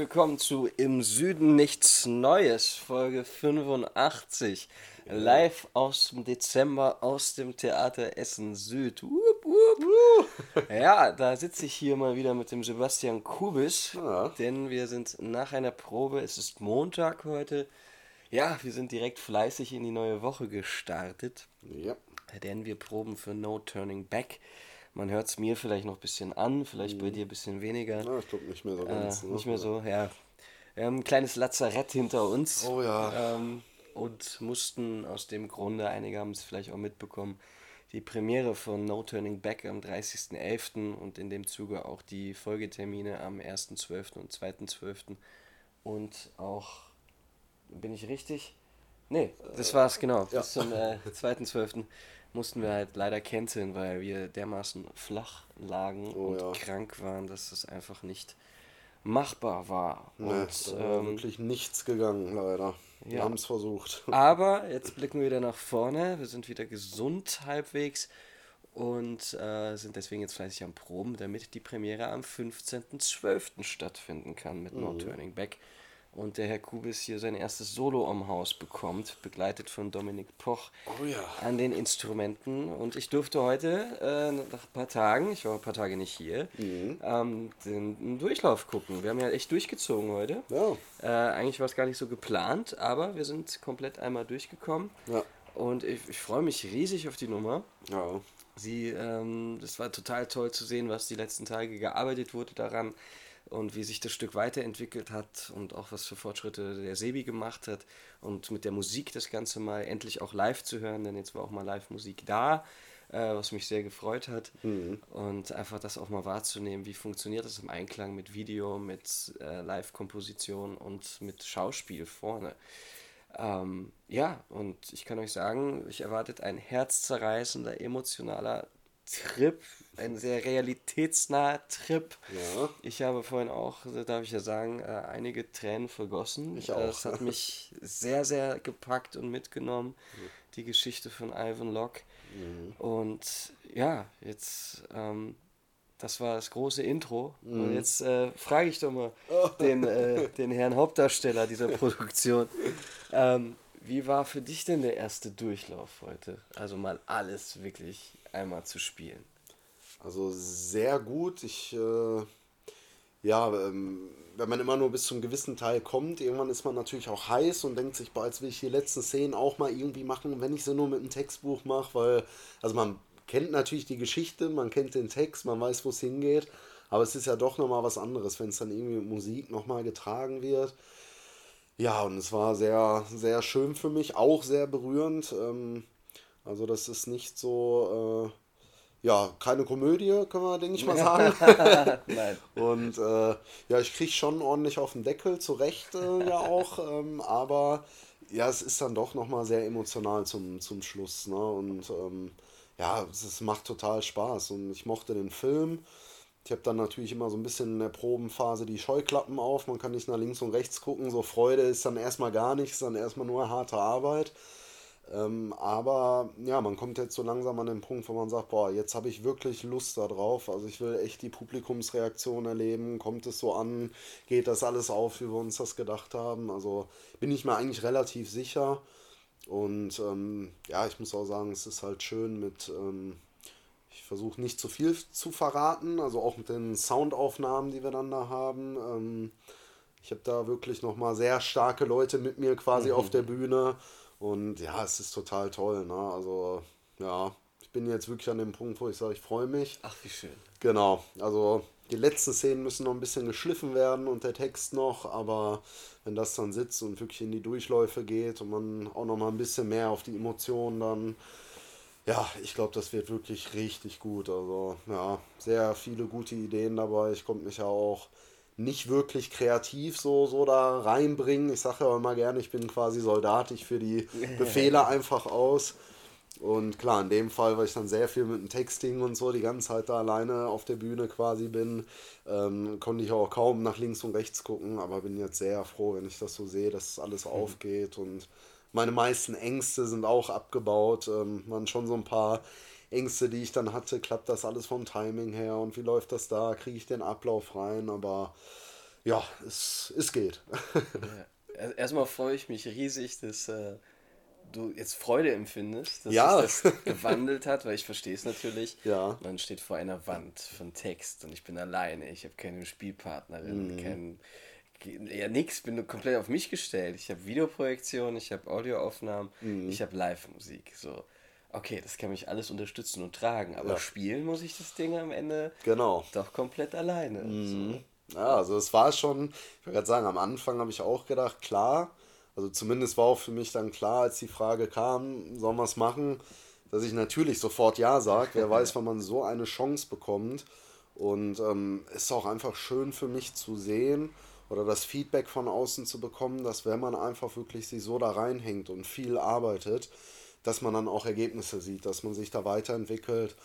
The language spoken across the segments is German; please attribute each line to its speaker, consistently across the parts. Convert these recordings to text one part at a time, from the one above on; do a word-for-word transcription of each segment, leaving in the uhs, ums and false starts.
Speaker 1: willkommen zu Im Süden nichts Neues, Folge fünfundachtzig. Live aus dem Dezember aus dem Theater Essen Süd. Wupp, wupp. Ja, da sitze ich hier mal wieder mit dem Sebastian Kubis,
Speaker 2: Ja.
Speaker 1: denn wir sind nach einer Probe, es ist Montag heute. Ja, wir sind direkt fleißig in die neue Woche gestartet,
Speaker 2: Ja.
Speaker 1: denn wir proben für No Turning Back. Man hört es mir vielleicht noch ein bisschen an, vielleicht bei dir ein bisschen weniger.
Speaker 2: Na, ich glaube nicht mehr so
Speaker 1: Äh,
Speaker 2: ganz. ne?
Speaker 1: nicht mehr so, ja. Wir haben ein kleines Lazarett hinter uns.
Speaker 2: Oh ja.
Speaker 1: Ähm, und mussten aus dem Grunde, einige haben es vielleicht auch mitbekommen, die Premiere von No Turning Back am dreißigsten elften und in dem Zuge auch die Folgetermine am ersten zwölften und zweiten zwölften und auch, bin ich richtig? Nee, das war's, genau.
Speaker 2: ja.
Speaker 1: Bis zum äh, zweiten zwölften mussten wir halt leider canceln, weil wir dermaßen flach lagen
Speaker 2: Oh
Speaker 1: und
Speaker 2: ja.
Speaker 1: krank waren, dass es einfach nicht machbar war.
Speaker 2: Nee,
Speaker 1: Und,
Speaker 2: da war
Speaker 1: ähm,
Speaker 2: wirklich nichts gegangen, leider. Wir
Speaker 1: ja.
Speaker 2: haben es versucht.
Speaker 1: aber jetzt blicken wir wieder nach vorne. Wir sind wieder gesund halbwegs und äh, sind deswegen jetzt fleißig am Proben, damit die Premiere am fünfzehnten zwölften stattfinden kann mit No Turning Back. Und der Herr Kubis hier sein erstes Solo am Haus bekommt, begleitet von Dominik Poch
Speaker 2: Oh ja.
Speaker 1: an den Instrumenten. Und ich durfte heute, äh, nach ein paar Tagen, ich war ein paar Tage nicht hier, ähm, den, den Durchlauf gucken. Wir haben ja echt durchgezogen heute.
Speaker 2: Ja.
Speaker 1: Äh, eigentlich war es gar nicht so geplant, aber wir sind komplett einmal durchgekommen.
Speaker 2: Ja.
Speaker 1: Und ich, ich freue mich riesig auf die Nummer.
Speaker 2: Ja.
Speaker 1: Sie, ähm, das war total toll zu sehen, was die letzten Tage gearbeitet wurde daran und wie sich das Stück weiterentwickelt hat und auch was für Fortschritte der Sebi gemacht hat und mit der Musik das Ganze mal endlich auch live zu hören, denn jetzt war auch mal Live-Musik da, äh, was mich sehr gefreut hat und einfach das auch mal wahrzunehmen, wie funktioniert das im Einklang mit Video, mit äh, Live-Komposition und mit Schauspiel vorne. Ähm, ja, und ich kann euch sagen, ich erwartet ein herzzerreißender, emotionaler Trip, ein sehr realitätsnaher Trip.
Speaker 2: Ja.
Speaker 1: Ich habe vorhin auch, darf ich ja sagen, äh, einige Tränen vergossen.
Speaker 2: Ich auch.
Speaker 1: Äh, Es hat mich sehr, sehr gepackt und mitgenommen, die Geschichte von Ivan Locke. Und ja, jetzt, ähm, das war das große Intro. Und jetzt äh, frage ich doch mal den, äh, den Herrn Hauptdarsteller dieser Produktion. Ähm, wie war für dich denn der erste Durchlauf heute? Also mal alles wirklich einmal zu spielen.
Speaker 2: Also sehr gut. Ich, äh, ja, ähm, wenn man immer nur bis zum gewissen Teil kommt, irgendwann ist man natürlich auch heiß und denkt sich, boah, jetzt will ich die letzten Szenen auch mal irgendwie machen, wenn ich sie nur mit einem Textbuch mache, weil, also man kennt natürlich die Geschichte, man kennt den Text, man weiß, wo es hingeht, aber es ist ja doch nochmal was anderes, wenn es dann irgendwie mit Musik nochmal getragen wird. Ja, und es war sehr, sehr schön für mich, auch sehr berührend. Ähm, also das ist nicht so, äh, ja, keine Komödie, können wir, denke ich mal sagen.
Speaker 1: Nein.
Speaker 2: Und äh, ja, ich kriege schon ordentlich auf den Deckel, zu Recht äh, ja auch, ähm, aber ja, es ist dann doch nochmal sehr emotional zum, zum Schluss. Ne? Und ähm, ja, es, es macht total Spaß und ich mochte den Film. Ich habe dann natürlich immer so ein bisschen in der Probenphase die Scheuklappen auf, man kann nicht nach links und rechts gucken, so Freude ist dann erstmal gar nichts, dann erstmal nur harte Arbeit. Ähm, aber ja, man kommt jetzt so langsam an den Punkt, wo man sagt, boah, jetzt habe ich wirklich Lust darauf. Also ich will echt die Publikumsreaktion erleben. Kommt es so an? Geht das alles auf, wie wir uns das gedacht haben? Also bin ich mir eigentlich relativ sicher. Und ähm, ja, ich muss auch sagen, es ist halt schön mit, ähm, ich versuche nicht zu viel zu verraten, also auch mit den Soundaufnahmen, die wir dann da haben. Ähm, ich habe da wirklich nochmal sehr starke Leute mit mir quasi auf der Bühne. Und ja, es ist total toll. Ne? Also ja, ich bin jetzt wirklich an dem Punkt, wo ich sage, ich freue mich.
Speaker 1: Ach, wie schön.
Speaker 2: Genau, also die letzten Szenen müssen noch ein bisschen geschliffen werden und der Text noch, aber wenn das dann sitzt und wirklich in die Durchläufe geht und man auch noch mal ein bisschen mehr auf die Emotionen dann, ja, ich glaube, das wird wirklich richtig gut. Also ja, sehr viele gute Ideen dabei. Ich konnte mich ja auch nicht wirklich kreativ so, so da reinbringen. Ich sage ja immer gerne, ich bin quasi Soldat, ich führe die Befehle einfach aus. Und klar, in dem Fall, weil ich dann sehr viel mit dem Texting und so die ganze Zeit da alleine auf der Bühne quasi bin, ähm, konnte ich auch kaum nach links und rechts gucken, aber bin jetzt sehr froh, wenn ich das so sehe, dass alles aufgeht und meine meisten Ängste sind auch abgebaut. Ähm, waren schon so ein paar Ängste, die ich dann hatte, klappt das alles vom Timing her und wie läuft das da, kriege ich den Ablauf rein, aber Ja, es, es geht.
Speaker 1: Ja. Erstmal freue ich mich riesig, dass äh, du jetzt Freude empfindest, dass
Speaker 2: Ja.
Speaker 1: sich das gewandelt hat, weil ich verstehe es natürlich.
Speaker 2: Ja.
Speaker 1: Man steht vor einer Wand von Text und ich bin alleine. Ich habe keine Spielpartnerin, kein, ja nix, bin komplett auf mich gestellt. Ich habe Videoprojektion, ich habe Audioaufnahmen, ich habe Live-Musik. So, okay, das kann mich alles unterstützen und tragen, aber
Speaker 2: Ja.
Speaker 1: spielen muss ich das Ding am Ende
Speaker 2: Genau.
Speaker 1: doch komplett alleine. So.
Speaker 2: Ja, also es war schon, ich würde gerade sagen, am Anfang habe ich auch gedacht, klar, also zumindest war auch für mich dann klar, als die Frage kam, sollen wir es machen, dass ich natürlich sofort Ja sage. Wer weiß, wann man so eine Chance bekommt. Und ähm, es ist auch einfach schön für mich zu sehen oder das Feedback von außen zu bekommen, dass wenn man einfach wirklich sich so da reinhängt und viel arbeitet, dass man dann auch Ergebnisse sieht, dass man sich da weiterentwickelt.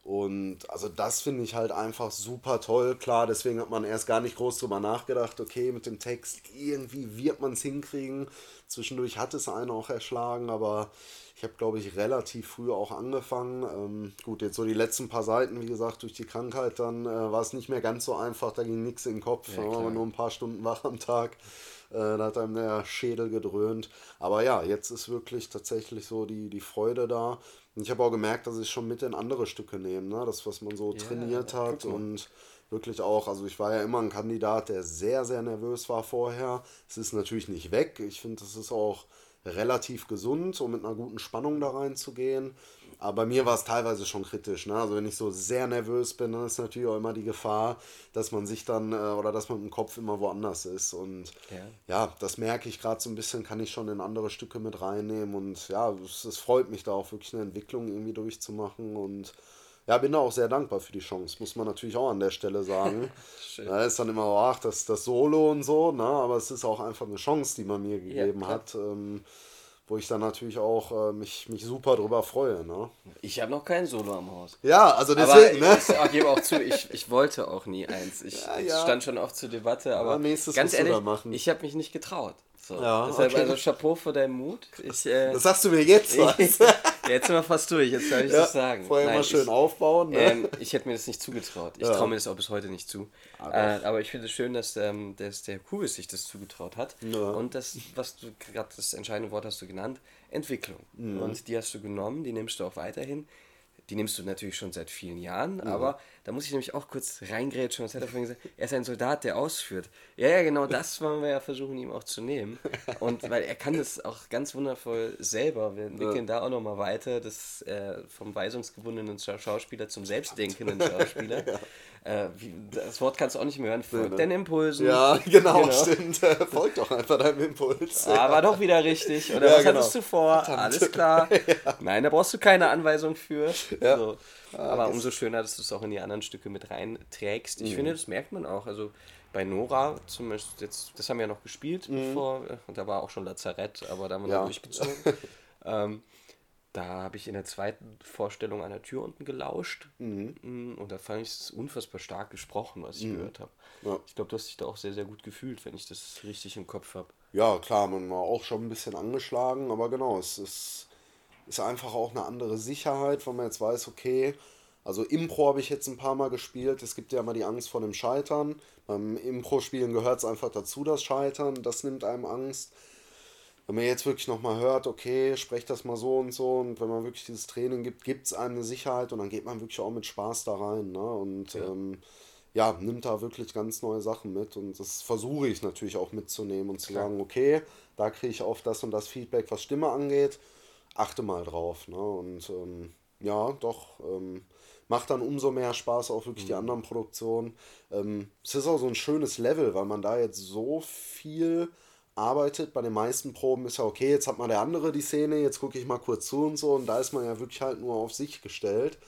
Speaker 2: Und also das finde ich halt einfach super toll. Klar, deswegen hat man erst gar nicht groß drüber nachgedacht, okay, mit dem Text, irgendwie wird man es hinkriegen. Zwischendurch hat es einen auch erschlagen, aber ich habe, glaube ich, relativ früh auch angefangen. Ähm, gut, jetzt so die letzten paar Seiten, wie gesagt, durch die Krankheit, dann äh, war es nicht mehr ganz so einfach, da ging nichts in den Kopf,
Speaker 1: Ja,
Speaker 2: da war man
Speaker 1: klar.
Speaker 2: nur ein paar Stunden wach am Tag. Äh, da hat einem der Schädel gedröhnt. Aber ja, jetzt ist wirklich tatsächlich so die, die Freude da. Und ich habe auch gemerkt, dass ich schon mit in andere Stücke nehme, ne? Das, was man so
Speaker 1: Ja,
Speaker 2: trainiert hat
Speaker 1: guck mal.
Speaker 2: und wirklich auch, also ich war ja immer ein Kandidat, der sehr, sehr nervös war vorher. Es ist natürlich nicht weg. Ich finde, das ist auch relativ gesund, um mit einer guten Spannung da reinzugehen. Aber bei mir war es teilweise schon kritisch. Ne? Also wenn ich so sehr nervös bin, dann ist natürlich auch immer die Gefahr, dass man sich dann äh, oder dass man im Kopf immer woanders ist. Und
Speaker 1: Ja.
Speaker 2: ja, das merke ich gerade so ein bisschen, kann ich schon in andere Stücke mit reinnehmen. Und ja, es, es freut mich da auch wirklich eine Entwicklung irgendwie durchzumachen. Und ja, bin da auch sehr dankbar für die Chance, muss man natürlich auch an der Stelle sagen.
Speaker 1: Schön.
Speaker 2: Da ist dann immer, oh, ach, das, das Solo und so, ne? Aber es ist auch einfach eine Chance, die man mir
Speaker 1: Ja,
Speaker 2: gegeben
Speaker 1: klar.
Speaker 2: hat, ähm, wo ich dann natürlich auch äh, mich, mich super drüber freue. Ne?
Speaker 1: Ich habe noch kein Solo am Haus.
Speaker 2: Ja, also
Speaker 1: Aber
Speaker 2: deswegen, ne?
Speaker 1: ich, ich gebe auch zu, ich, ich wollte auch nie eins. Ich,
Speaker 2: Ja,
Speaker 1: es
Speaker 2: ja.
Speaker 1: stand schon oft zur Debatte, aber
Speaker 2: Ja, nächstes
Speaker 1: ganz
Speaker 2: musst du
Speaker 1: ehrlich,
Speaker 2: da machen.
Speaker 1: ich habe mich nicht getraut. So.
Speaker 2: Ja,
Speaker 1: Deshalb
Speaker 2: okay.
Speaker 1: also Chapeau für deinen Mut. Ich, äh,
Speaker 2: Das sagst du mir jetzt was.
Speaker 1: ich, jetzt sind wir fast durch, jetzt darf ich
Speaker 2: Ja,
Speaker 1: das sagen.
Speaker 2: vorher
Speaker 1: Nein,
Speaker 2: mal schön
Speaker 1: ich,
Speaker 2: aufbauen. Ne?
Speaker 1: ähm, ich hätte mir das nicht zugetraut. Ich
Speaker 2: Ja.
Speaker 1: traue mir das auch bis heute nicht zu.
Speaker 2: Ah,
Speaker 1: äh, aber ich finde es schön, dass, ähm, dass der Kubis sich das zugetraut hat.
Speaker 2: Ja.
Speaker 1: Und das, was du gerade das entscheidende Wort hast du genannt, Entwicklung.
Speaker 2: Mhm.
Speaker 1: Und die hast du genommen, die nimmst du auch weiterhin. Die nimmst du natürlich schon seit vielen Jahren,
Speaker 2: Mhm.
Speaker 1: aber da muss ich nämlich auch kurz reingrätschen. Was hat er vorhin gesagt? Er ist ein Soldat, der ausführt. Ja, ja, genau das wollen wir ja versuchen, ihm auch zu nehmen. Und weil er kann das auch ganz wundervoll selber. Wir entwickeln da auch nochmal weiter, das äh, vom weisungsgebundenen Scha- Schauspieler zum selbstdenkenden Schauspieler. äh, wie, das Wort kannst du auch nicht mehr hören. Folgt
Speaker 2: ne?
Speaker 1: deinen Impulsen.
Speaker 2: Ja, genau, stimmt. Folg doch einfach deinem Impuls.
Speaker 1: Ah, war doch wieder richtig. Oder
Speaker 2: Ja,
Speaker 1: was
Speaker 2: genau.
Speaker 1: hattest du vor? Alles klar. Nein, da brauchst du keine Anweisung für.
Speaker 2: Ja.
Speaker 1: So. Aber umso schöner, dass du es auch in die anderen Stücke mit reinträgst.
Speaker 2: Mhm.
Speaker 1: Ich finde, das merkt man auch. Also bei Nora zum Beispiel, jetzt, das haben wir ja noch gespielt, bevor, und da war auch schon Lazarett, aber da haben wir
Speaker 2: Mhm. Ja.
Speaker 1: noch durchgezogen. ähm, da habe ich in der zweiten Vorstellung an der Tür unten gelauscht.
Speaker 2: Mhm.
Speaker 1: Und da fand ich es unfassbar stark gesprochen, was ich gehört habe.
Speaker 2: Ja.
Speaker 1: Ich glaube, du hast dich da auch sehr, sehr gut gefühlt, wenn ich das richtig im Kopf habe.
Speaker 2: Ja, klar, man war auch schon ein bisschen angeschlagen, aber genau, es ist, ist einfach auch eine andere Sicherheit, wenn man jetzt weiß, okay, also Impro habe ich jetzt ein paar Mal gespielt, es gibt ja immer die Angst vor dem Scheitern. Beim Impro-Spielen gehört es einfach dazu, das Scheitern, das nimmt einem Angst. Wenn man jetzt wirklich nochmal hört, okay, sprecht das mal so und so, und wenn man wirklich dieses Training gibt, gibt es einem eine Sicherheit und dann geht man wirklich auch mit Spaß da rein. Ne? Und
Speaker 1: Ja.
Speaker 2: ähm, ja, nimmt da wirklich ganz neue Sachen mit und das versuche ich natürlich auch mitzunehmen und zu
Speaker 1: Klar.
Speaker 2: sagen, okay, da kriege ich auf das und das Feedback, was Stimme angeht, achte mal drauf. Ne? Und ähm, ja, doch, ähm, macht dann umso mehr Spaß auch wirklich die anderen Produktionen. Ähm, es ist auch so ein schönes Level, weil man da jetzt so viel arbeitet. Bei den meisten Proben ist ja okay, jetzt hat mal der andere die Szene, jetzt gucke ich mal kurz zu und so, und da ist man ja wirklich halt nur auf sich gestellt.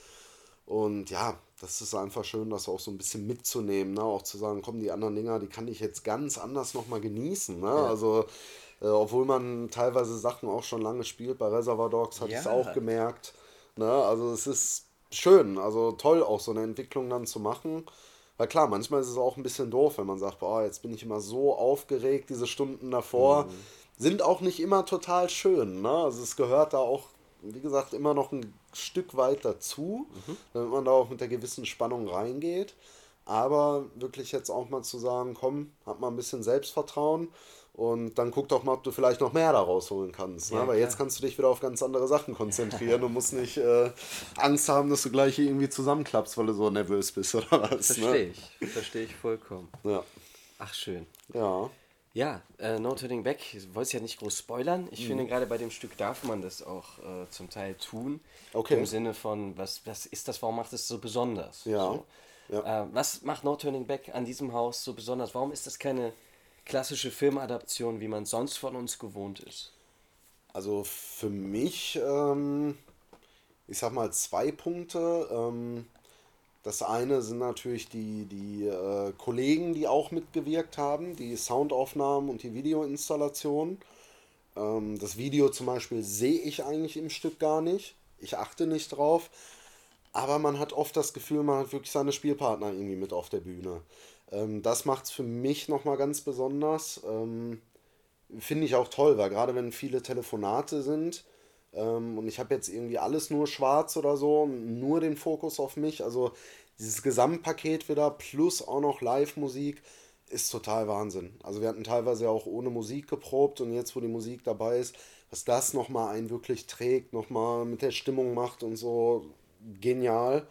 Speaker 2: Und ja, das ist einfach schön, das auch so ein bisschen mitzunehmen, ne? Auch zu sagen, komm, die anderen Dinger, die kann ich jetzt ganz anders nochmal genießen. Ne?
Speaker 1: Ja.
Speaker 2: Also, äh, obwohl man teilweise Sachen auch schon lange spielt, bei Reservoir Dogs hatte ich es
Speaker 1: Ja.
Speaker 2: auch gemerkt. Ne? Also es ist schön, also toll auch so eine Entwicklung dann zu machen. Weil klar, manchmal ist es auch ein bisschen doof, wenn man sagt, boah, jetzt bin ich immer so aufgeregt, diese Stunden davor sind auch nicht immer total schön. Ne? Also es gehört da auch, wie gesagt, immer noch ein Stück weit dazu, damit man da auch mit der gewissen Spannung reingeht. aber wirklich jetzt auch mal zu sagen, komm, hab mal ein bisschen Selbstvertrauen und dann guck doch mal, ob du vielleicht noch mehr da rausholen kannst. Ne?
Speaker 1: Ja,
Speaker 2: Weil jetzt
Speaker 1: klar.
Speaker 2: kannst du dich wieder auf ganz andere Sachen konzentrieren und musst nicht äh, Angst haben, dass du gleich hier irgendwie zusammenklappst, weil du so nervös bist oder was. Ne?
Speaker 1: Verstehe ich. Verstehe ich vollkommen.
Speaker 2: Ja,
Speaker 1: Ach, schön.
Speaker 2: ja.
Speaker 1: Ja, äh, No Turning Back, ich wollte es ja nicht groß spoilern. Ich finde, gerade bei dem Stück darf man das auch äh, zum Teil tun.
Speaker 2: Okay.
Speaker 1: Im Sinne von, was, was ist das, warum macht es so besonders?
Speaker 2: Ja.
Speaker 1: So.
Speaker 2: Ja.
Speaker 1: Äh, was macht No Turning Back an diesem Haus so besonders? Warum ist das keine klassische Filmadaption, wie man sonst von uns gewohnt ist?
Speaker 2: Also für mich, ähm, ich sag mal zwei Punkte. Ähm, das eine sind natürlich die, die äh, Kollegen, die auch mitgewirkt haben, die Soundaufnahmen und die Videoinstallation. Ähm, das Video zum Beispiel sehe ich eigentlich im Stück gar nicht. Ich achte nicht drauf. Aber man hat oft das Gefühl, man hat wirklich seine Spielpartner irgendwie mit auf der Bühne. Ähm, das macht es für mich nochmal ganz besonders. Ähm, Finde ich auch toll, weil gerade wenn viele Telefonate sind ähm, und ich habe jetzt irgendwie alles nur schwarz oder so, nur den Fokus auf mich, also dieses Gesamtpaket wieder plus auch noch Live-Musik ist total Wahnsinn. Also wir hatten teilweise ja auch ohne Musik geprobt und jetzt, wo die Musik dabei ist, was das nochmal einen wirklich trägt, nochmal mit der Stimmung macht und so, genial.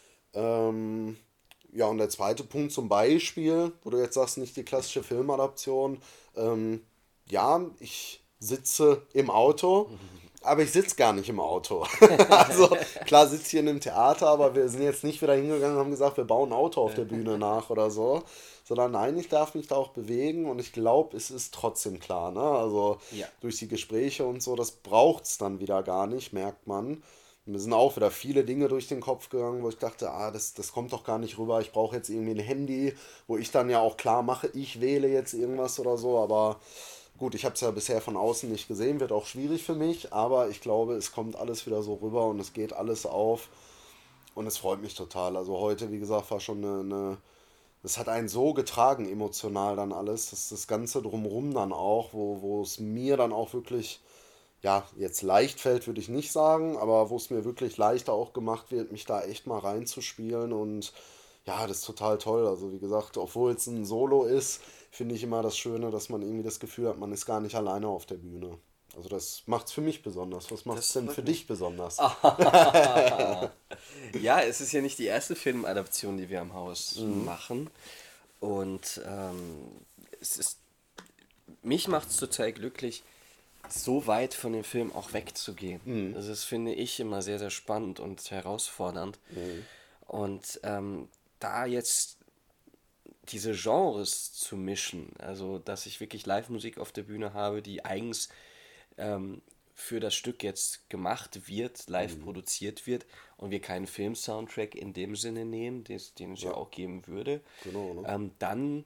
Speaker 2: Ähm, ja, und der zweite Punkt zum Beispiel, wo du jetzt sagst, nicht die klassische Filmadaption. Ähm, ja, ich sitze im Auto, aber ich sitze gar nicht im Auto. Also klar sitze ich hier in einem Theater, aber wir sind jetzt nicht wieder hingegangen und haben gesagt, wir bauen ein Auto auf der Bühne nach oder so. Sondern nein, ich darf mich da auch bewegen und ich glaube, es ist trotzdem klar. Ne? Also
Speaker 1: Ja.
Speaker 2: durch die Gespräche und so, das braucht es dann wieder gar nicht, merkt man. Mir sind auch wieder viele Dinge durch den Kopf gegangen, wo ich dachte, ah, das, das kommt doch gar nicht rüber. Ich brauche jetzt irgendwie ein Handy, wo ich dann ja auch klar mache, ich wähle jetzt irgendwas oder so. Aber gut, ich habe es ja bisher von außen nicht gesehen, wird auch schwierig für mich. Aber ich glaube, es kommt alles wieder so rüber und es geht alles auf. Und es freut mich total. Also heute, wie gesagt, war schon eine, eine das hat einen so getragen emotional dann alles, dass das Ganze drumrum dann auch, wo, wo es mir dann auch wirklich ja, jetzt leicht fällt, würde ich nicht sagen, aber wo es mir wirklich leichter auch gemacht wird, mich da echt mal reinzuspielen und ja, das ist total toll. Also wie gesagt, obwohl es ein Solo ist, finde ich immer das Schöne, dass man irgendwie das Gefühl hat, man ist gar nicht alleine auf der Bühne. Also das macht es für mich besonders. Was macht es
Speaker 1: Das
Speaker 2: denn
Speaker 1: freut
Speaker 2: für
Speaker 1: mich.
Speaker 2: dich besonders?
Speaker 1: Ja, es ist ja nicht die erste Filmadaption, die wir am Haus machen. Und ähm, es ist, mich macht es total glücklich, so weit von dem Film auch wegzugehen. Also das finde ich immer sehr, sehr spannend und herausfordernd. Und ähm, da jetzt diese Genres zu mischen, also dass ich wirklich Live-Musik auf der Bühne habe, die eigens ähm, für das Stück jetzt gemacht wird, live produziert wird und wir keinen Film-Soundtrack in dem Sinne nehmen, des, den es ja
Speaker 2: Ja,
Speaker 1: auch geben würde,
Speaker 2: genau, ne?
Speaker 1: ähm, dann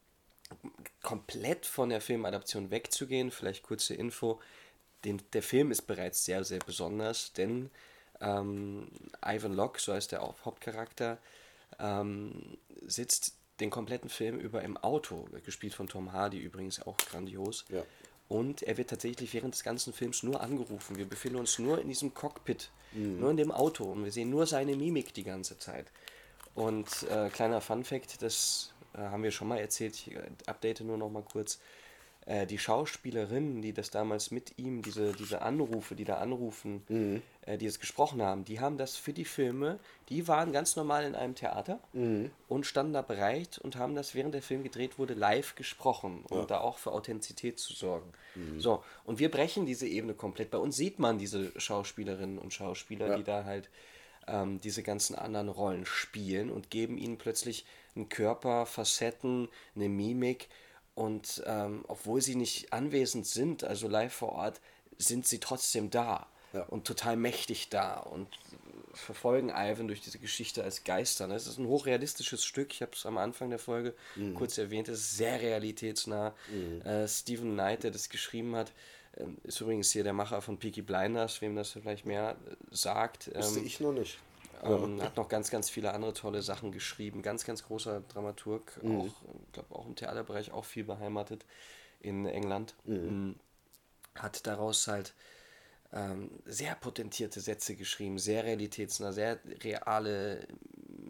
Speaker 1: komplett von der Filmadaption wegzugehen. Vielleicht kurze Info, den, der Film ist bereits sehr, sehr besonders, denn ähm, Ivan Locke, so heißt der Hauptcharakter, ähm, sitzt den kompletten Film über im Auto, gespielt von Tom Hardy übrigens, auch grandios.
Speaker 2: Ja.
Speaker 1: Und er wird tatsächlich während des ganzen Films nur angerufen. Wir befinden uns nur in diesem Cockpit, nur in dem Auto und wir sehen nur seine Mimik die ganze Zeit. Und äh, kleiner Funfact, das äh, haben wir schon mal erzählt, ich äh, update nur noch mal kurz. Äh, die Schauspielerinnen, die das damals mit ihm, diese, diese Anrufe, die da anrufen, äh, die es gesprochen haben, die haben das für die Filme, die waren ganz normal in einem Theater und standen da bereit und haben das, während der Film gedreht wurde, live gesprochen, um
Speaker 2: Ja.
Speaker 1: da auch für Authentizität zu sorgen. So, und wir brechen diese Ebene komplett. Bei uns sieht man diese Schauspielerinnen und Schauspieler,
Speaker 2: Ja.
Speaker 1: die da halt ähm, diese ganzen anderen Rollen spielen und geben ihnen plötzlich einen Körper, Facetten, eine Mimik. Und ähm, obwohl sie nicht anwesend sind, also live vor Ort, sind sie trotzdem da
Speaker 2: Ja.
Speaker 1: und total mächtig da und verfolgen Ivan durch diese Geschichte als Geister. Ne? Es ist ein hochrealistisches Stück, ich habe es am Anfang der Folge kurz erwähnt, es ist sehr realitätsnah. Äh, Stephen Knight, der das geschrieben hat, ähm, ist übrigens hier der Macher von Peaky Blinders, wem das vielleicht mehr äh, sagt.
Speaker 2: Wusste
Speaker 1: Ähm,
Speaker 2: ich noch nicht.
Speaker 1: ähm, hat noch ganz, ganz viele andere tolle Sachen geschrieben. Ganz, ganz großer Dramaturg, auch, ich glaube auch im Theaterbereich auch viel beheimatet in England. Mm, Hat daraus halt ähm, sehr potentierte Sätze geschrieben, sehr realitätsnah, sehr reale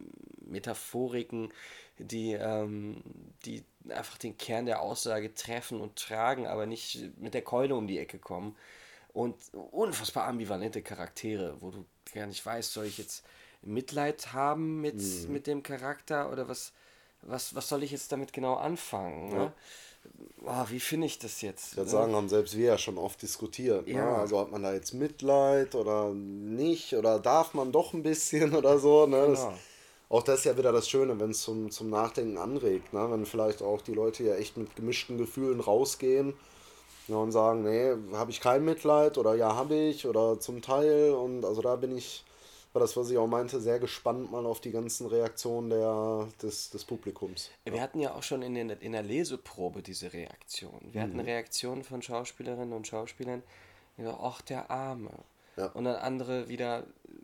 Speaker 1: Metaphoriken, die, ähm, die einfach den Kern der Aussage treffen und tragen, aber nicht mit der Keule um die Ecke kommen. Und unfassbar ambivalente Charaktere, wo du gar nicht weißt, soll ich jetzt Mitleid haben mit,
Speaker 2: Mhm.
Speaker 1: mit dem Charakter oder was, was, was soll ich jetzt damit genau anfangen?
Speaker 2: Ja.
Speaker 1: Ne? Oh, wie finde ich das jetzt?
Speaker 2: Ich würde
Speaker 1: Ne?
Speaker 2: sagen, haben selbst wir ja schon oft diskutiert. Ne?
Speaker 1: Ja.
Speaker 2: Also hat man da jetzt Mitleid oder nicht oder darf man doch ein bisschen oder so. Ne? Das,
Speaker 1: Genau.
Speaker 2: auch das ist ja wieder das Schöne, wenn es zum, zum Nachdenken anregt. Ne? Wenn vielleicht auch die Leute ja echt mit gemischten Gefühlen rausgehen, ja, und sagen, nee, habe ich kein Mitleid oder ja, habe ich oder zum Teil. Und also da bin ich, war das, was ich auch meinte, sehr gespannt mal auf die ganzen Reaktionen der, des, des Publikums.
Speaker 1: Wir hatten ja auch schon in, den, in der Leseprobe diese Reaktion. Wir hatten Reaktionen von Schauspielerinnen und Schauspielern, die sagen, ach, der Arme.
Speaker 2: Ja.
Speaker 1: Und dann andere wieder,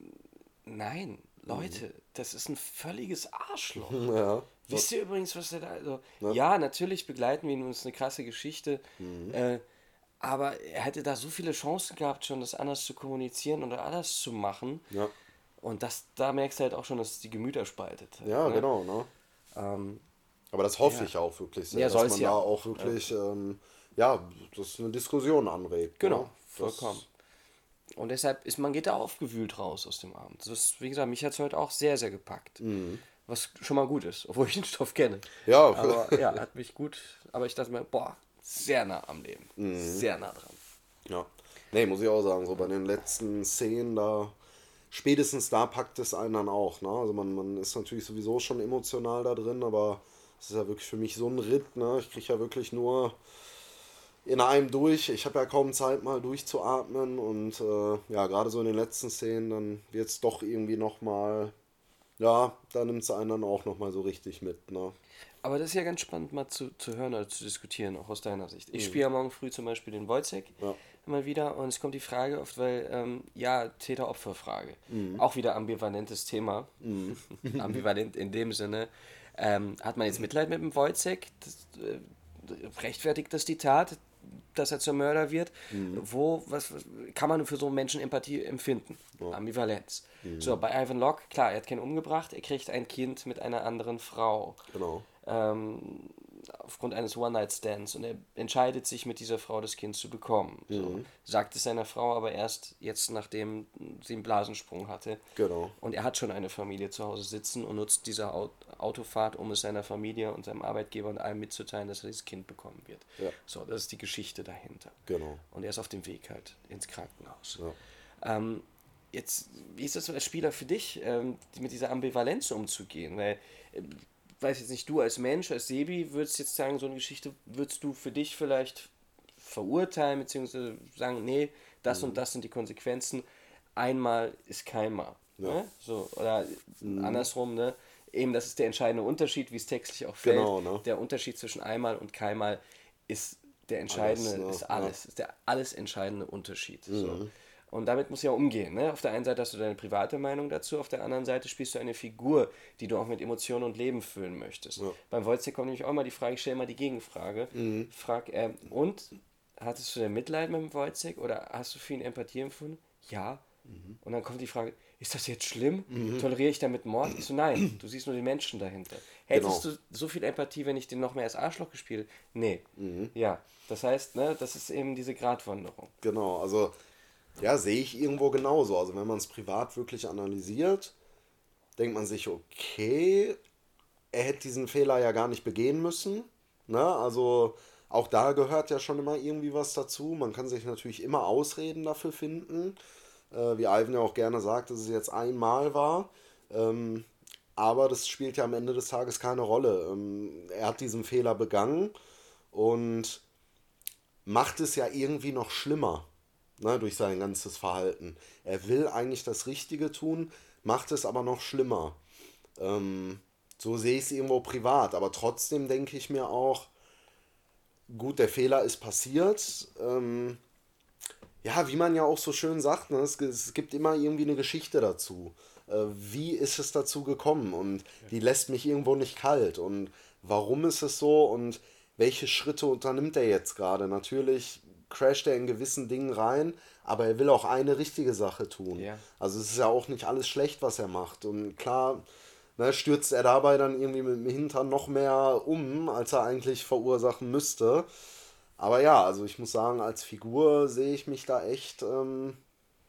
Speaker 1: nein, Leute, das ist ein völliges Arschloch.
Speaker 2: Ja.
Speaker 1: Wisst ihr übrigens, was der da... Also,
Speaker 2: Ja.
Speaker 1: ja, natürlich begleiten wir ihn, und es ist eine krasse Geschichte, äh, aber er hätte da so viele Chancen gehabt, schon das anders zu kommunizieren oder anders zu machen.
Speaker 2: Ja,
Speaker 1: Und das, da merkst du halt auch schon, dass es die Gemüter spaltet.
Speaker 2: ja
Speaker 1: ne?
Speaker 2: genau. Ne?
Speaker 1: Ähm,
Speaker 2: Aber das hoffe
Speaker 1: Ja.
Speaker 2: ich auch wirklich sehr,
Speaker 1: Ja,
Speaker 2: dass
Speaker 1: soll's
Speaker 2: man
Speaker 1: ja
Speaker 2: da
Speaker 1: auch.
Speaker 2: auch wirklich, ja, ähm, ja dass eine Diskussion anregt.
Speaker 1: Genau,
Speaker 2: ne?
Speaker 1: vollkommen. Und deshalb ist man geht da aufgewühlt raus aus dem Abend. Das ist, wie gesagt, mich hat es heute auch sehr, sehr gepackt. Was schon mal gut ist, obwohl ich den Stoff kenne.
Speaker 2: Das, ja,
Speaker 1: Aber ja, hat mich gut. Aber ich dachte mir, boah, sehr nah am Leben. Sehr nah dran.
Speaker 2: ja. Nee, muss ich auch sagen, so bei den letzten Szenen, da spätestens da packt es einen dann auch. Ne? Also man, man ist natürlich sowieso schon emotional da drin, aber es ist ja wirklich für mich so ein Ritt. Ne? Ich kriege ja wirklich nur in einem durch. Ich habe ja kaum Zeit mal durchzuatmen und äh, ja, gerade so in den letzten Szenen, dann wird es doch irgendwie nochmal, ja, da nimmt es einen dann auch nochmal so richtig mit. Ne?
Speaker 1: Aber das ist ja ganz spannend mal zu, zu hören oder zu diskutieren, auch aus deiner Sicht. Ich spiele ja morgen früh zum Beispiel den Wojciech
Speaker 2: Ja.
Speaker 1: immer wieder und es kommt die Frage oft, weil, ähm, ja, Täter-Opfer-Frage. Auch wieder ambivalentes Thema. Ambivalent in dem Sinne. Ähm, hat man jetzt Mitleid mit dem Wojciech? Das, äh, rechtfertigt das die Tat, dass er zum Mörder wird? Wo, was, was kann man für so einen Menschen Empathie empfinden? Ambivalenz. So, bei Ivan Locke, klar, er hat keinen umgebracht, er kriegt ein Kind mit einer anderen Frau.
Speaker 2: Genau.
Speaker 1: Ähm, aufgrund eines One-Night-Stands und er entscheidet sich, mit dieser Frau das Kind zu bekommen. So. Sagt es seiner Frau aber erst jetzt, nachdem sie einen Blasensprung hatte.
Speaker 2: Genau.
Speaker 1: Und er hat schon eine Familie zu Hause sitzen und nutzt diese Au- Autofahrt, um es seiner Familie und seinem Arbeitgeber und allem mitzuteilen, dass er dieses Kind bekommen wird.
Speaker 2: Ja.
Speaker 1: So, das ist die Geschichte dahinter.
Speaker 2: Genau.
Speaker 1: Und er ist auf dem Weg halt ins Krankenhaus.
Speaker 2: Ja.
Speaker 1: Ähm, jetzt, wie ist das als Spieler für dich, ähm, die- mit dieser Ambivalenz umzugehen? Weil, äh, weiß jetzt nicht, du als Mensch, als Sebi, würdest jetzt sagen, so eine Geschichte würdest du für dich vielleicht verurteilen, beziehungsweise sagen, nee, das und das sind die Konsequenzen. Einmal ist keinmal.
Speaker 2: Ja.
Speaker 1: Ne? So, oder andersrum, ne? Eben, das ist der entscheidende Unterschied, wie es textlich auch fällt.
Speaker 2: Genau, ne?
Speaker 1: Der Unterschied zwischen einmal und keinmal ist der entscheidende,
Speaker 2: Alles, ne?
Speaker 1: ist alles, ist der alles entscheidende Unterschied.
Speaker 2: Mhm.
Speaker 1: So. Und damit muss ja umgehen. Ne? Auf der einen Seite hast du deine private Meinung dazu, auf der anderen Seite spielst du eine Figur, die du auch mit Emotionen und Leben füllen möchtest.
Speaker 2: Ja.
Speaker 1: Beim Wojciech kommt nämlich auch mal die Frage, ich stelle mal die Gegenfrage.
Speaker 2: Mhm.
Speaker 1: Frag, äh, und hattest du denn Mitleid mit dem Wojciech oder hast du für ihn Empathie empfunden? Ja.
Speaker 2: Mhm.
Speaker 1: Und dann kommt die Frage, ist das jetzt schlimm? Toleriere ich damit Mord? Ich so, nein, du siehst nur den Menschen dahinter. Hättest
Speaker 2: Genau.
Speaker 1: du so viel Empathie, wenn ich den noch mehr als Arschloch gespielt hätte? Nee.
Speaker 2: Mhm.
Speaker 1: Ja, das heißt, ne, das ist eben diese Gratwanderung.
Speaker 2: Genau, also ja, sehe ich irgendwo genauso. Also wenn man es privat wirklich analysiert, denkt man sich, okay, er hätte diesen Fehler ja gar nicht begehen müssen. Ne? Also auch da gehört ja schon immer irgendwie was dazu. Man kann sich natürlich immer Ausreden dafür finden. Äh, wie Ivan ja auch gerne sagt, dass es jetzt einmal war. Ähm, aber das spielt ja am Ende des Tages keine Rolle. Ähm, er hat diesen Fehler begangen und macht es ja irgendwie noch schlimmer. Ne, durch sein ganzes Verhalten. Er will eigentlich das Richtige tun, macht es aber noch schlimmer. Ähm, so sehe ich es irgendwo privat, aber trotzdem denke ich mir auch, gut, der Fehler ist passiert. Ähm, ja, wie man ja auch so schön sagt, ne, es, es gibt immer irgendwie eine Geschichte dazu. Äh, wie ist es dazu gekommen? Und die lässt mich irgendwo nicht kalt. Und warum ist es so? Und welche Schritte unternimmt er jetzt gerade? Natürlich crasht er in gewissen Dingen rein, aber er will auch eine richtige Sache tun.
Speaker 1: Ja.
Speaker 2: Also es ist ja auch nicht alles schlecht, was er macht. Und klar, ne, stürzt er dabei dann irgendwie mit dem Hintern noch mehr um, als er eigentlich verursachen müsste. Aber ja, also ich muss sagen, als Figur sehe ich mich da echt, ähm,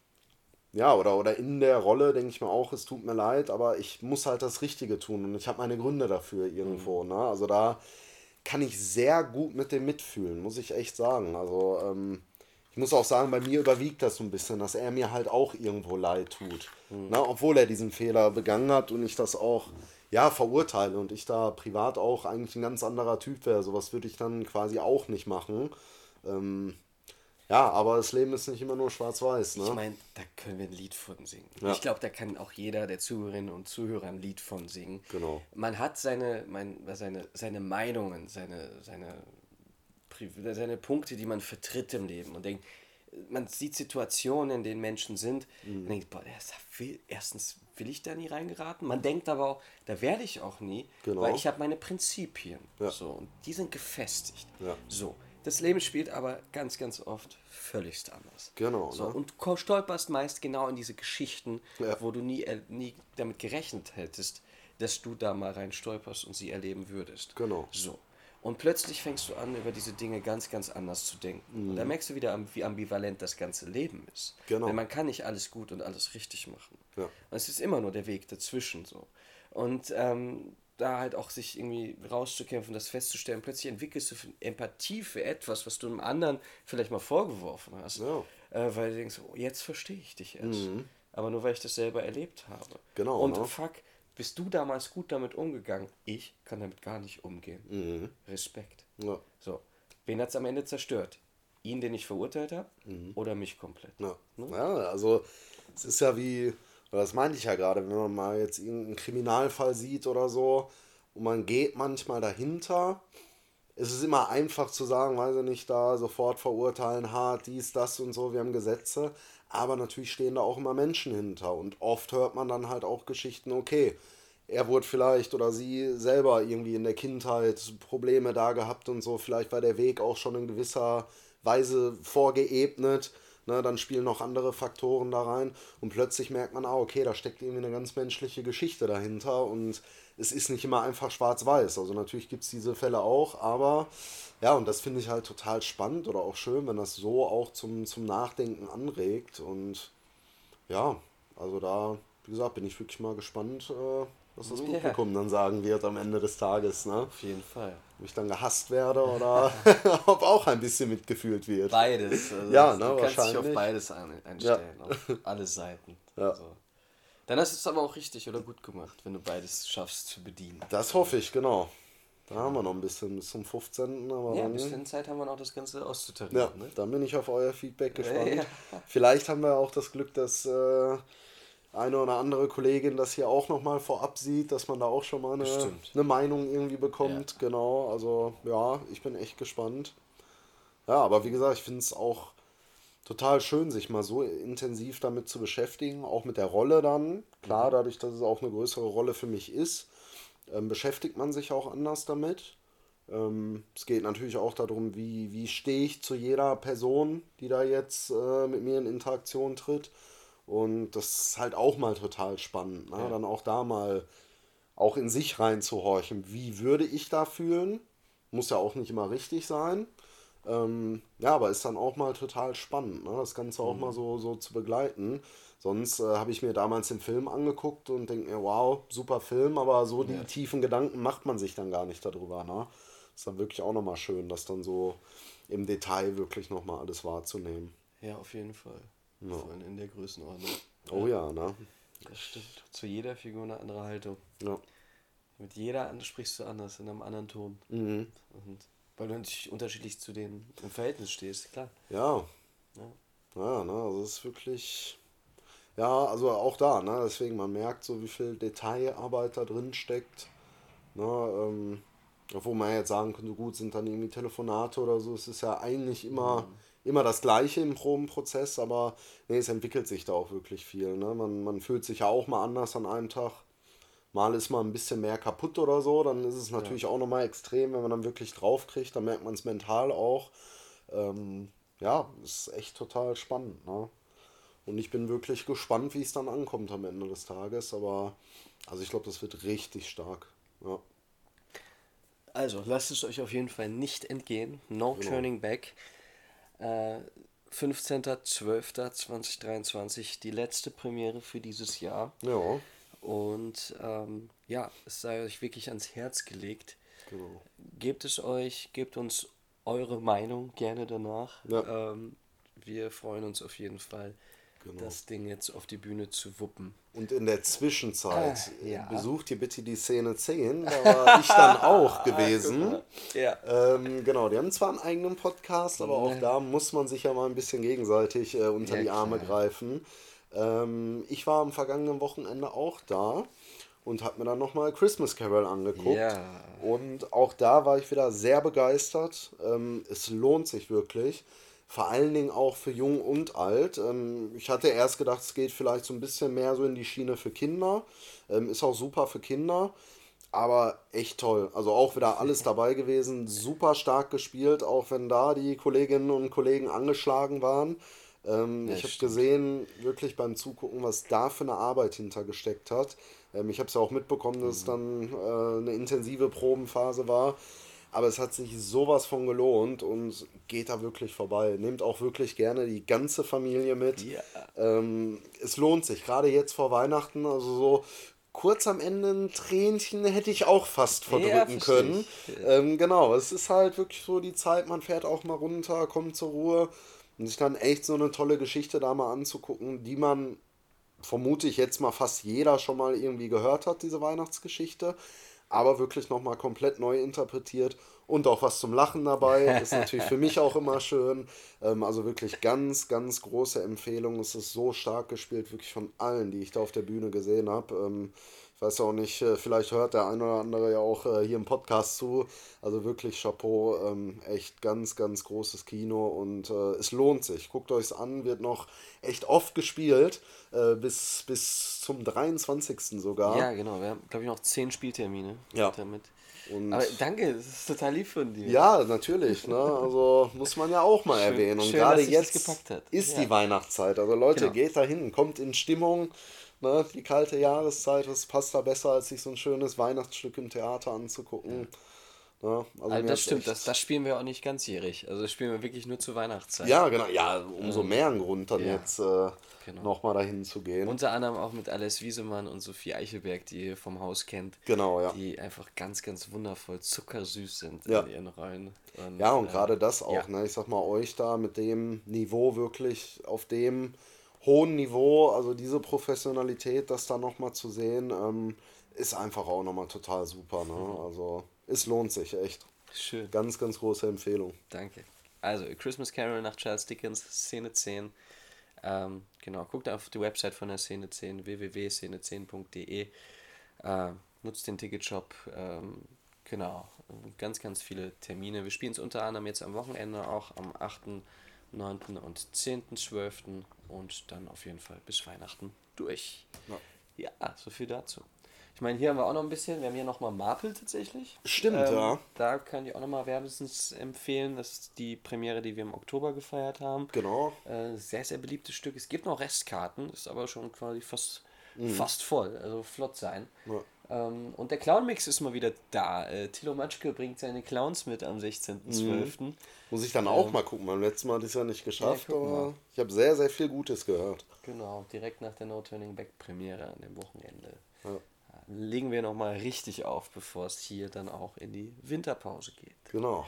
Speaker 2: ja, oder, oder in der Rolle denke ich mir auch, es tut mir leid, aber ich muss halt das Richtige tun und ich habe meine Gründe dafür irgendwo, ne? Also da kann ich sehr gut mit dem mitfühlen, muss ich echt sagen. Also ähm, ich muss auch sagen, bei mir überwiegt das so ein bisschen, dass er mir halt auch irgendwo leid tut. Ne? Obwohl er diesen Fehler begangen hat und ich das auch, ja, verurteile und ich da privat auch eigentlich ein ganz anderer Typ wäre. Sowas würde ich dann quasi auch nicht machen. Ähm, ja, aber das Leben ist nicht immer nur schwarz-weiß,
Speaker 1: Ich
Speaker 2: ne?
Speaker 1: meine, da können wir ein Lied von singen.
Speaker 2: Ja.
Speaker 1: Ich glaube, da kann auch jeder der Zuhörerinnen und Zuhörer ein Lied von singen.
Speaker 2: Genau.
Speaker 1: Man hat seine, mein, seine, seine Meinungen, seine, seine, Pri- seine Punkte, die man vertritt im Leben und denkt, man sieht Situationen, in denen Menschen sind
Speaker 2: Mhm.
Speaker 1: und denkt, boah, das will, erstens will ich da nie reingeraten. Man denkt aber auch, da werde ich auch nie,
Speaker 2: Genau.
Speaker 1: weil ich habe meine Prinzipien.
Speaker 2: Ja.
Speaker 1: So, und die sind gefestigt.
Speaker 2: Ja.
Speaker 1: So. Das Leben spielt aber ganz, ganz oft völligst anders.
Speaker 2: Genau,
Speaker 1: So,
Speaker 2: ne?
Speaker 1: und ko- stolperst meist genau in diese Geschichten,
Speaker 2: Ja.
Speaker 1: wo du nie, äh, nie damit gerechnet hättest, dass du da mal rein stolperst und sie erleben würdest.
Speaker 2: Genau.
Speaker 1: So. Und plötzlich fängst du an, über diese Dinge ganz, ganz anders zu denken. Und da merkst du wieder, am- wie ambivalent das ganze Leben ist.
Speaker 2: Mhm. Genau.
Speaker 1: Denn man kann nicht alles gut und alles richtig machen.
Speaker 2: Ja.
Speaker 1: Und es ist immer nur der Weg dazwischen so. Und ähm, da halt auch sich irgendwie rauszukämpfen, das festzustellen, plötzlich entwickelst du Empathie für etwas, was du einem anderen vielleicht mal vorgeworfen hast.
Speaker 2: Ja.
Speaker 1: Äh, weil du denkst, oh, jetzt verstehe ich dich erst. Aber nur weil ich das selber erlebt habe.
Speaker 2: Genau,
Speaker 1: Und
Speaker 2: ne?
Speaker 1: fuck, bist du damals gut damit umgegangen? Ich kann damit gar nicht umgehen.
Speaker 2: Mhm.
Speaker 1: Respekt.
Speaker 2: Ja.
Speaker 1: So, wen hat es am Ende zerstört? Ihn, den ich verurteilt habe? Oder mich komplett?
Speaker 2: Ja.
Speaker 1: Ne?
Speaker 2: Ja, also es ist ja wie, oder das meinte ich ja gerade, wenn man mal jetzt irgendeinen Kriminalfall sieht oder so und man geht manchmal dahinter, es ist immer einfach zu sagen, weiß ich nicht, da sofort verurteilen, hart, dies, das und so, wir haben Gesetze, aber natürlich stehen da auch immer Menschen hinter und oft hört man dann halt auch Geschichten, okay, er wurde vielleicht oder sie selber irgendwie in der Kindheit Probleme da gehabt und so, vielleicht war der Weg auch schon in gewisser Weise vorgeebnet, ne, dann spielen noch andere Faktoren da rein und plötzlich merkt man, ah, okay, da steckt irgendwie eine ganz menschliche Geschichte dahinter und es ist nicht immer einfach schwarz-weiß. Also natürlich gibt es diese Fälle auch, aber ja, und das finde ich halt total spannend oder auch schön, wenn das so auch zum, zum Nachdenken anregt und ja, also da, wie gesagt, bin ich wirklich mal gespannt, äh, was das
Speaker 1: Ja.
Speaker 2: Publikum dann sagen wird am Ende des Tages, ne?
Speaker 1: Auf jeden Fall.
Speaker 2: Ob ich dann gehasst werde oder ob auch ein bisschen mitgefühlt wird.
Speaker 1: Beides. Also
Speaker 2: Ja,
Speaker 1: das-
Speaker 2: ne,
Speaker 1: du kannst dich auf
Speaker 2: wahrscheinlich.
Speaker 1: beides ein, einstellen, auf alle Seiten.
Speaker 2: Ja.
Speaker 1: So. Dann hast du es aber auch richtig oder gut gemacht, wenn du beides schaffst zu bedienen.
Speaker 2: Das hoffe ich, genau. Da haben wir noch ein bisschen bis zum fünfzehnten Aber
Speaker 1: Ja,
Speaker 2: dann,
Speaker 1: bis dahin Zeit haben wir noch das Ganze auszutarieren.
Speaker 2: ja,
Speaker 1: Ne?
Speaker 2: dann bin ich auf euer Feedback gespannt.
Speaker 1: Ja.
Speaker 2: Vielleicht haben wir auch das Glück, dass äh, eine oder andere Kollegin das hier auch nochmal vorab sieht, dass man da auch schon mal eine,
Speaker 1: Bestimmt.
Speaker 2: eine Meinung irgendwie bekommt. Genau, also ja, ich bin echt gespannt. Ja, aber wie gesagt, ich finde es auch total schön, sich mal so intensiv damit zu beschäftigen, auch mit der Rolle dann. Klar, dadurch, dass es auch eine größere Rolle für mich ist, ähm, beschäftigt man sich auch anders damit. Ähm, es geht natürlich auch darum, wie, wie stehe ich zu jeder Person, die da jetzt äh, mit mir in Interaktion tritt. Und das ist halt auch mal total spannend, ne?
Speaker 1: Ja.
Speaker 2: Dann auch da mal auch in sich reinzuhorchen. Wie würde ich da fühlen? Muss ja auch nicht immer richtig sein. Ähm, ja, aber ist dann auch mal total spannend, ne? Das Ganze auch mal so, so zu begleiten. Sonst äh, habe ich mir damals den Film angeguckt und denke mir, wow, super Film, aber so die
Speaker 1: Ja.
Speaker 2: tiefen Gedanken macht man sich dann gar nicht darüber, ne? Ist dann wirklich auch nochmal schön, das dann so im Detail wirklich nochmal alles wahrzunehmen.
Speaker 1: Ja, auf jeden Fall.
Speaker 2: Ja.
Speaker 1: Vor allem in der Größenordnung.
Speaker 2: Oh ja, ne?
Speaker 1: Das stimmt. Zu jeder Figur eine andere Haltung.
Speaker 2: Ja.
Speaker 1: Mit jeder an- sprichst du anders, in einem anderen Ton.
Speaker 2: Mhm.
Speaker 1: Und weil du natürlich unterschiedlich zu denen im Verhältnis stehst, klar.
Speaker 2: Ja.
Speaker 1: Ja.
Speaker 2: Ja, ne, also es ist wirklich. Ja, also auch da, ne? Deswegen, man merkt so, wie viel Detailarbeit da drin steckt. Ne, ähm, obwohl man jetzt sagen könnte, gut, sind dann irgendwie Telefonate oder so. Es ist ja eigentlich immer, immer das Gleiche im Probenprozess, aber nee, es entwickelt sich da auch wirklich viel. Ne? Man, man fühlt sich ja auch mal anders an einem Tag. Mal ist man ein bisschen mehr kaputt oder so, dann ist es natürlich auch nochmal extrem, wenn man dann wirklich draufkriegt, dann merkt man es mental auch. Ähm, ja, ist echt total spannend. Ne? Und ich bin wirklich gespannt, wie es dann ankommt am Ende des Tages. Aber also ich glaube, das wird richtig stark. Ja.
Speaker 1: Also, lasst es euch auf jeden Fall nicht entgehen. No
Speaker 2: Genau.
Speaker 1: Turning Back. Äh, fünfzehnter zwölfter zweitausenddreiundzwanzig, die letzte Premiere für dieses Jahr.
Speaker 2: Ja,
Speaker 1: Und ähm, ja, es sei euch wirklich ans Herz gelegt.
Speaker 2: genau.
Speaker 1: Gebt es euch, gebt uns eure Meinung gerne danach.
Speaker 2: Ja.
Speaker 1: Ähm, wir freuen uns auf jeden Fall,
Speaker 2: Genau.
Speaker 1: das Ding jetzt auf die Bühne zu wuppen.
Speaker 2: Und in der Zwischenzeit
Speaker 1: Ah, ja.
Speaker 2: besucht ihr bitte die Szene zehn, da war ich dann auch gewesen.
Speaker 1: Ja.
Speaker 2: Ähm, genau, die haben zwar einen eigenen Podcast, aber auch
Speaker 1: Ja.
Speaker 2: da muss man sich ja mal ein bisschen gegenseitig äh, unter
Speaker 1: Ja,
Speaker 2: die Arme
Speaker 1: klar.
Speaker 2: greifen. Ähm, ich war am vergangenen Wochenende auch da und habe mir dann nochmal Christmas Carol angeguckt.
Speaker 1: Ja.
Speaker 2: Und auch da war ich wieder sehr begeistert. Ähm, es lohnt sich wirklich. Vor allen Dingen auch für Jung und Alt. Ähm, ich hatte erst gedacht, es geht vielleicht so ein bisschen mehr so in die Schiene für Kinder. Ähm, ist auch super für Kinder. Aber echt toll. Also auch wieder alles dabei gewesen. Super stark gespielt, auch wenn da die Kolleginnen und Kollegen angeschlagen waren. Ähm,
Speaker 1: Ja,
Speaker 2: ich habe
Speaker 1: stimmt.
Speaker 2: gesehen, wirklich beim Zugucken, was da für eine Arbeit hintergesteckt hat. Ähm, ich habe es ja auch mitbekommen, dass es dann äh, eine intensive Probenphase war. Aber es hat sich sowas von gelohnt und geht da wirklich vorbei. Nehmt auch wirklich gerne die ganze Familie mit.
Speaker 1: Ja.
Speaker 2: Ähm, es lohnt sich, gerade jetzt vor Weihnachten, also so kurz am Ende ein Tränchen hätte ich auch fast verdrücken
Speaker 1: versteh
Speaker 2: können.
Speaker 1: ich.
Speaker 2: Ähm, genau, es ist halt wirklich so die Zeit, man fährt auch mal runter, kommt zur Ruhe und sich dann echt so eine tolle Geschichte da mal anzugucken, die man, vermute ich jetzt mal, fast jeder schon mal irgendwie gehört hat, diese Weihnachtsgeschichte, aber wirklich nochmal komplett neu interpretiert und auch was zum Lachen dabei. Ist natürlich für mich auch immer schön. Ähm, also wirklich ganz, ganz große Empfehlung. Es ist so stark gespielt, wirklich von allen, die ich da auf der Bühne gesehen habe. Ähm, ich weiß auch nicht, äh, vielleicht hört der eine oder andere ja auch äh, hier im Podcast zu. Also wirklich Chapeau, ähm, echt ganz, ganz großes Kino und äh, es lohnt sich. Guckt euch's an, wird noch echt oft gespielt, äh, bis, bis zum dreiundzwanzigsten sogar.
Speaker 1: Ja, genau. Wir haben, glaube ich, noch zehn Spieltermine
Speaker 2: Ja.
Speaker 1: damit.
Speaker 2: Und
Speaker 1: Aber danke, das ist total lieb von dir.
Speaker 2: ja, natürlich, ne? Also muss man ja auch mal
Speaker 1: Schön-
Speaker 2: erwähnen. Und
Speaker 1: schön,
Speaker 2: gerade
Speaker 1: dass sich das
Speaker 2: jetzt
Speaker 1: gepackt hat.
Speaker 2: ist
Speaker 1: Ja.
Speaker 2: die Weihnachtszeit. Also Leute,
Speaker 1: Genau.
Speaker 2: geht da hin, kommt in Stimmung. Ne? Die kalte Jahreszeit, das passt da besser, als sich so ein schönes Weihnachtsstück im Theater anzugucken. Ne? Also
Speaker 1: Also
Speaker 2: mir
Speaker 1: das
Speaker 2: hat's
Speaker 1: stimmt,
Speaker 2: echt-
Speaker 1: das, das spielen wir auch nicht ganzjährig. Also das spielen wir wirklich nur zur Weihnachtszeit.
Speaker 2: Ja, genau. Ja, umso mehr ein Grund dann
Speaker 1: ja.
Speaker 2: jetzt äh,
Speaker 1: Genau.
Speaker 2: nochmal dahin zu gehen.
Speaker 1: Unter anderem auch mit Alice Wiesemann und Sophie Eichelberg, die ihr vom Haus kennt.
Speaker 2: Genau, ja.
Speaker 1: Die einfach ganz, ganz wundervoll zuckersüß sind
Speaker 2: Ja.
Speaker 1: in ihren Rollen. Und,
Speaker 2: Ja, und
Speaker 1: äh,
Speaker 2: gerade das auch,
Speaker 1: ja.
Speaker 2: ne? Ich sag mal, euch da mit dem Niveau wirklich auf dem hohen Niveau, also diese Professionalität, das da nochmal zu sehen, ähm, ist einfach auch nochmal total super, ne? Also es lohnt sich echt.
Speaker 1: Schön.
Speaker 2: Ganz, ganz große Empfehlung.
Speaker 1: Danke. Also, A Christmas Carol nach Charles Dickens, Szene zehn. Ähm, genau, guckt auf die Website von der Szene zehn, w w w punkt szene zehn punkt d e. Äh, nutzt den Ticketshop. Ähm, genau, ganz, ganz viele Termine. Wir spielen es unter anderem jetzt am Wochenende auch am achten, neunten und zehnten zwölften und dann auf jeden Fall bis Weihnachten durch.
Speaker 2: Ja.
Speaker 1: Ja, so viel dazu. Ich meine, hier haben wir auch noch ein bisschen, wir haben hier nochmal Marple tatsächlich.
Speaker 2: Stimmt,
Speaker 1: Ähm,
Speaker 2: ja.
Speaker 1: Da kann ich auch nochmal wärmstens empfehlen. Das ist die Premiere, die wir im Oktober gefeiert haben.
Speaker 2: Genau.
Speaker 1: Äh, sehr, sehr beliebtes Stück. Es gibt noch Restkarten, ist aber schon quasi fast,
Speaker 2: Mhm.
Speaker 1: fast voll, also flott sein.
Speaker 2: Ja.
Speaker 1: Ähm, und der Clown-Mix ist mal wieder da. Äh, Thilo Matschke bringt seine Clowns mit am sechzehnten zwölften
Speaker 2: Muss ich dann auch mal gucken. Beim letzten Mal hatte ich es ja nicht geschafft,
Speaker 1: Ja, guck
Speaker 2: aber
Speaker 1: mal.
Speaker 2: ich habe sehr, sehr viel Gutes gehört.
Speaker 1: Genau, direkt nach der No Turning Back Premiere an dem Wochenende.
Speaker 2: Ja.
Speaker 1: Legen wir nochmal richtig auf, bevor es hier dann auch in die Winterpause geht.
Speaker 2: Genau.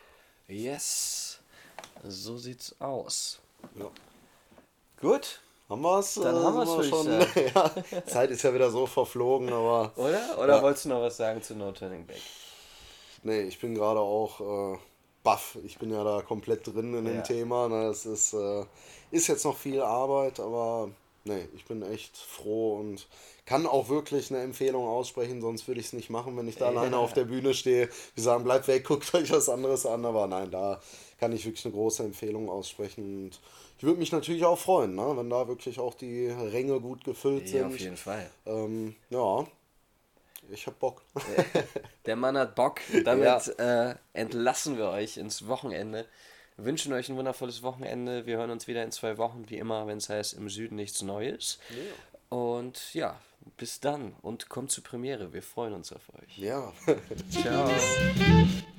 Speaker 1: Yes, so sieht's aus.
Speaker 2: Ja.
Speaker 1: Gut,
Speaker 2: Haben wir es?
Speaker 1: Dann haben wir's, würd ich
Speaker 2: schon. Ja, Zeit ist ja wieder so verflogen, aber
Speaker 1: oder? Oder
Speaker 2: Ja.
Speaker 1: wolltest du noch was sagen zu No Turning Back?
Speaker 2: nee, ich bin gerade auch äh, baff. Ich bin ja da komplett drin in dem
Speaker 1: Ja.
Speaker 2: Thema. Ne? Es ist, äh, ist jetzt noch viel Arbeit, aber nee, ich bin echt froh und kann auch wirklich eine Empfehlung aussprechen, sonst würde ich es nicht machen, wenn ich da
Speaker 1: Ja.
Speaker 2: alleine auf der Bühne stehe. Wir sagen, bleibt weg, guckt euch was anderes an, aber nein, da kann ich wirklich eine große Empfehlung aussprechen und ich würde mich natürlich auch freuen, ne? Wenn da wirklich auch die Ränge gut gefüllt
Speaker 1: Ja, auf
Speaker 2: sind.
Speaker 1: jeden Fall.
Speaker 2: Ähm, ja, ich hab Bock.
Speaker 1: Der Mann hat Bock. Damit äh, entlassen wir euch ins Wochenende. Wir wünschen euch ein wundervolles Wochenende. Wir hören uns wieder in zwei Wochen, wie immer, wenn es heißt, im Süden nichts Neues.
Speaker 2: Ja.
Speaker 1: Und ja, bis dann und kommt zur Premiere. Wir freuen uns auf euch.
Speaker 2: Ja.
Speaker 1: Ciao.